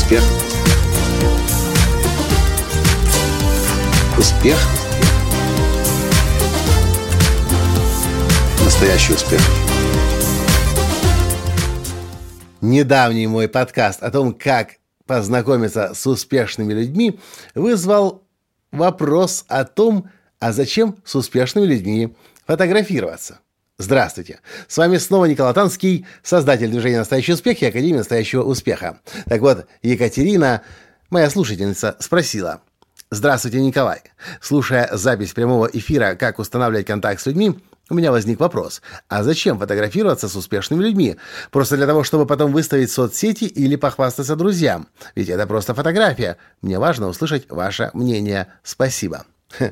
Успех. Успех. Настоящий успех. Недавний мой подкаст о том, как познакомиться с успешными людьми, вызвал вопрос о том, а зачем с успешными людьми фотографироваться. Здравствуйте! С вами снова Николай Танский, создатель движения «Настоящий успех» и Академии настоящего успеха. Так вот, Екатерина, моя слушательница, спросила: «Здравствуйте, Николай! Слушая запись прямого эфира «Как устанавливать контакт с людьми», у меня возник вопрос: а зачем фотографироваться с успешными людьми? Просто для того, чтобы потом выставить в соцсети или похвастаться друзьям? Ведь это просто фотография. Мне важно услышать ваше мнение. Спасибо».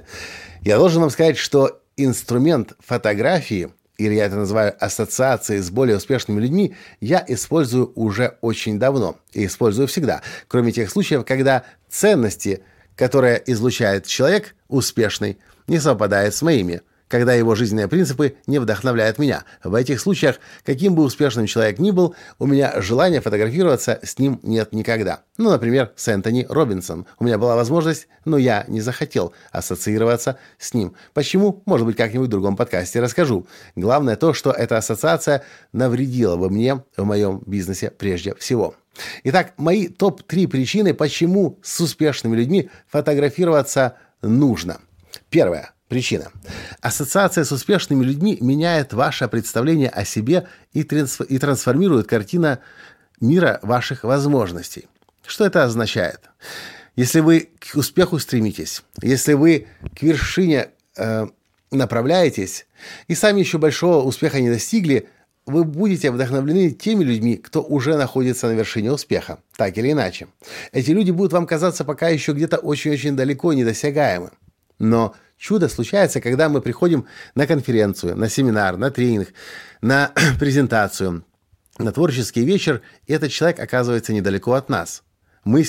Я должен вам сказать, что инструмент фотографии, или я это называю ассоциацией с более успешными людьми, я использую уже очень давно и использую всегда, кроме тех случаев, когда ценности, которые излучает человек успешный, не совпадают с моими, когда его жизненные принципы не вдохновляют меня. В этих случаях, каким бы успешным человек ни был, у меня желания фотографироваться с ним нет никогда. Ну, например, с Энтони Робинсом. У меня была возможность, но я не захотел ассоциироваться с ним. Почему? Может быть, как-нибудь в другом подкасте расскажу. Главное то, что эта ассоциация навредила бы мне в моем бизнесе прежде всего. Итак, мои топ-3 причины, почему с успешными людьми фотографироваться нужно. Первая причина. Ассоциация с успешными людьми меняет ваше представление о себе и трансформирует картину мира ваших возможностей. Что это означает? Если вы к успеху стремитесь, если вы к вершине направляетесь и сами еще большого успеха не достигли, вы будете вдохновлены теми людьми, кто уже находится на вершине успеха, так или иначе. Эти люди будут вам казаться пока еще где-то очень-очень далеко недосягаемы. Но чудо случается, когда мы приходим на конференцию, на семинар, на тренинг, на презентацию, на творческий вечер, и этот человек оказывается недалеко от нас. Мы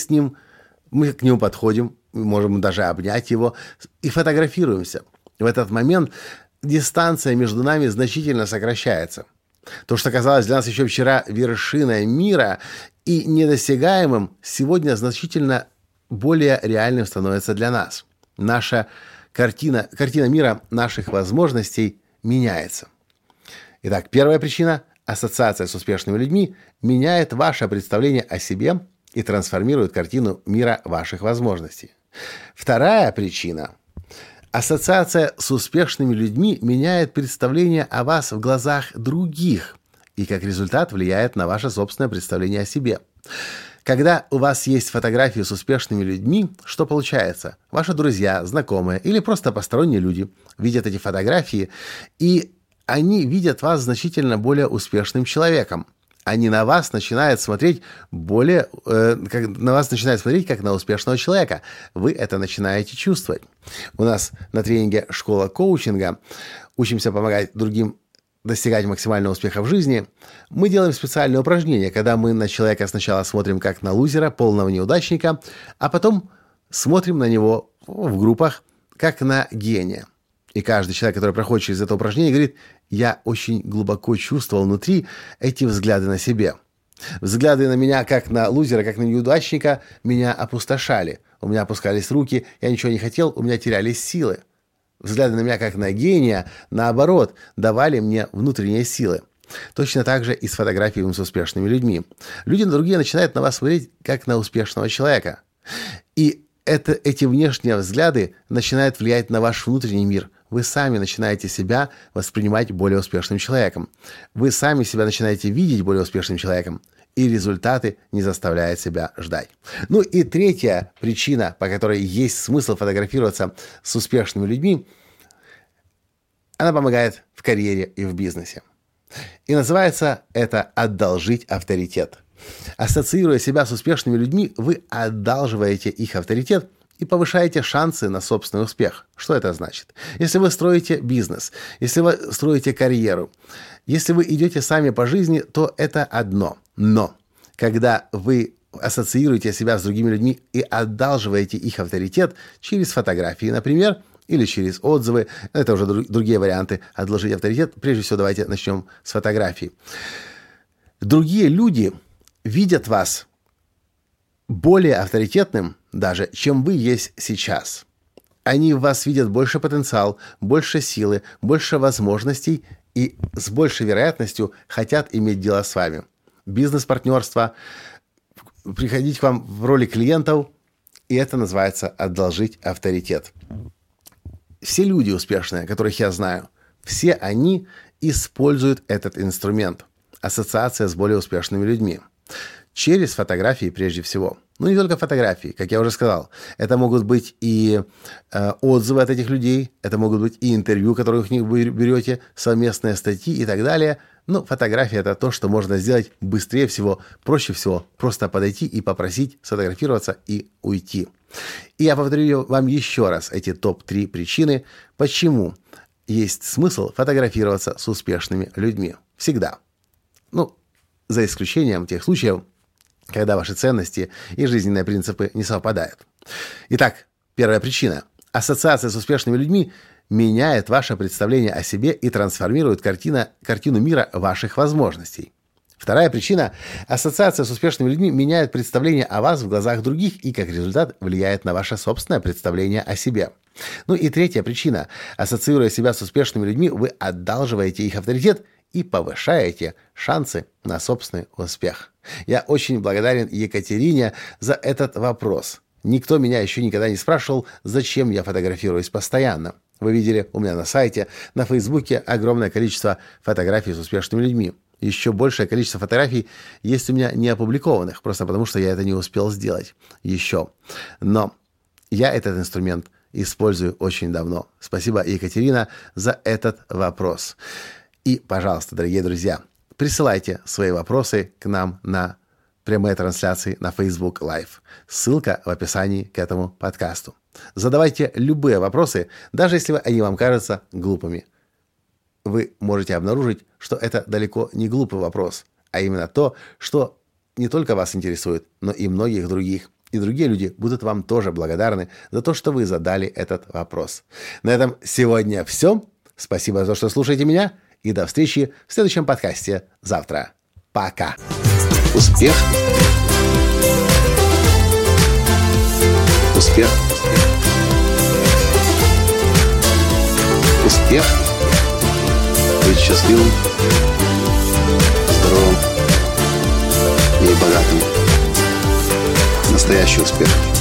к нему подходим, можем даже обнять его и фотографируемся. В этот момент дистанция между нами значительно сокращается. То, что казалось для нас еще вчера вершиной мира и недосягаемым, сегодня значительно более реальным становится для нас. Наша картина мира наших возможностей меняется. Итак, первая причина – ассоциация с успешными людьми меняет ваше представление о себе и трансформирует картину мира ваших возможностей. Вторая причина – ассоциация с успешными людьми меняет представление о вас в глазах других и, как результат, влияет на ваше собственное представление о себе. Когда у вас есть фотографии с успешными людьми, что получается? Ваши друзья, знакомые или просто посторонние люди видят эти фотографии, и они видят вас значительно более успешным человеком. Они на вас начинают смотреть как на успешного человека. Вы это начинаете чувствовать. У нас на тренинге «Школа коучинга» учимся помогать другим достигать максимального успеха в жизни. Мы делаем специальные упражнения, когда мы на человека сначала смотрим как на лузера, полного неудачника, а потом смотрим на него в группах как на гения. И каждый человек, который проходит через это упражнение, говорит: «Я очень глубоко чувствовал внутри эти взгляды на себе. Взгляды на меня как на лузера, как на неудачника меня опустошали. У меня опускались руки, я ничего не хотел, у меня терялись силы. Взгляды на меня как на гения, наоборот, давали мне внутренние силы». Точно так же и с фотографиями с успешными людьми. Люди другие начинают на вас смотреть как на успешного человека. И эти внешние взгляды начинают влиять на ваш внутренний мир. Вы сами начинаете себя воспринимать более успешным человеком. Вы сами себя начинаете видеть более успешным человеком. И результаты не заставляют себя ждать. Ну и третья причина, по которой есть смысл фотографироваться с успешными людьми, она помогает в карьере и в бизнесе. И называется это «одолжить авторитет». Ассоциируя себя с успешными людьми, вы одалживаете их авторитет и повышаете шансы на собственный успех. Что это значит? Если вы строите бизнес, если вы строите карьеру, если вы идете сами по жизни, то это одно. Но когда вы ассоциируете себя с другими людьми и одалживаете их авторитет через фотографии, например, или через отзывы, это уже другие варианты одолжить авторитет. Прежде всего, давайте начнем с фотографий. Другие люди видят вас более авторитетным даже, чем вы есть сейчас. Они в вас видят больше потенциал, больше силы, больше возможностей и с большей вероятностью хотят иметь дело с вами. Бизнес-партнерство, приходить к вам в роли клиентов, и это называется одолжить авторитет. Все люди успешные, которых я знаю, все они используют этот инструмент. Ассоциация с более успешными людьми. Через фотографии прежде всего. Ну, не только фотографии, как я уже сказал. Это могут быть и отзывы от этих людей, это могут быть и интервью, которые у них вы берете, совместные статьи и так далее. Но фотография – это то, что можно сделать быстрее всего, проще всего. Просто подойти и попросить сфотографироваться и уйти. И я повторю вам еще раз эти топ-3 причины, почему есть смысл фотографироваться с успешными людьми. Всегда. Ну, за исключением тех случаев, когда ваши ценности и жизненные принципы не совпадают. Итак, первая причина. Ассоциация с успешными людьми меняет ваше представление о себе и трансформирует картину мира ваших возможностей. Вторая причина. Ассоциация с успешными людьми меняет представление о вас в глазах других и, как результат, влияет на ваше собственное представление о себе. Ну и третья причина. Ассоциируя себя с успешными людьми, вы одалживаете их авторитет и повышаете шансы на собственный успех. Я очень благодарен Екатерине за этот вопрос. Никто меня еще никогда не спрашивал, зачем я фотографируюсь постоянно. Вы видели у меня на сайте, на Фейсбуке огромное количество фотографий с успешными людьми. Еще большее количество фотографий есть у меня не опубликованных, просто потому что я это не успел сделать еще. Но я этот инструмент использую очень давно. Спасибо, Екатерина, за этот вопрос. И, пожалуйста, дорогие друзья, присылайте свои вопросы к нам на прямые трансляции на Facebook Live. Ссылка в описании к этому подкасту. Задавайте любые вопросы, даже если они вам кажутся глупыми. Вы можете обнаружить, что это далеко не глупый вопрос, а именно то, что не только вас интересует, но и многих других. И другие люди будут вам тоже благодарны за то, что вы задали этот вопрос. На этом сегодня все. Спасибо за то, что слушаете меня. И до встречи в следующем подкасте завтра. Пока. Успех. Успех. Успех. Быть счастливым, здоровым и богатым. Настоящий успех.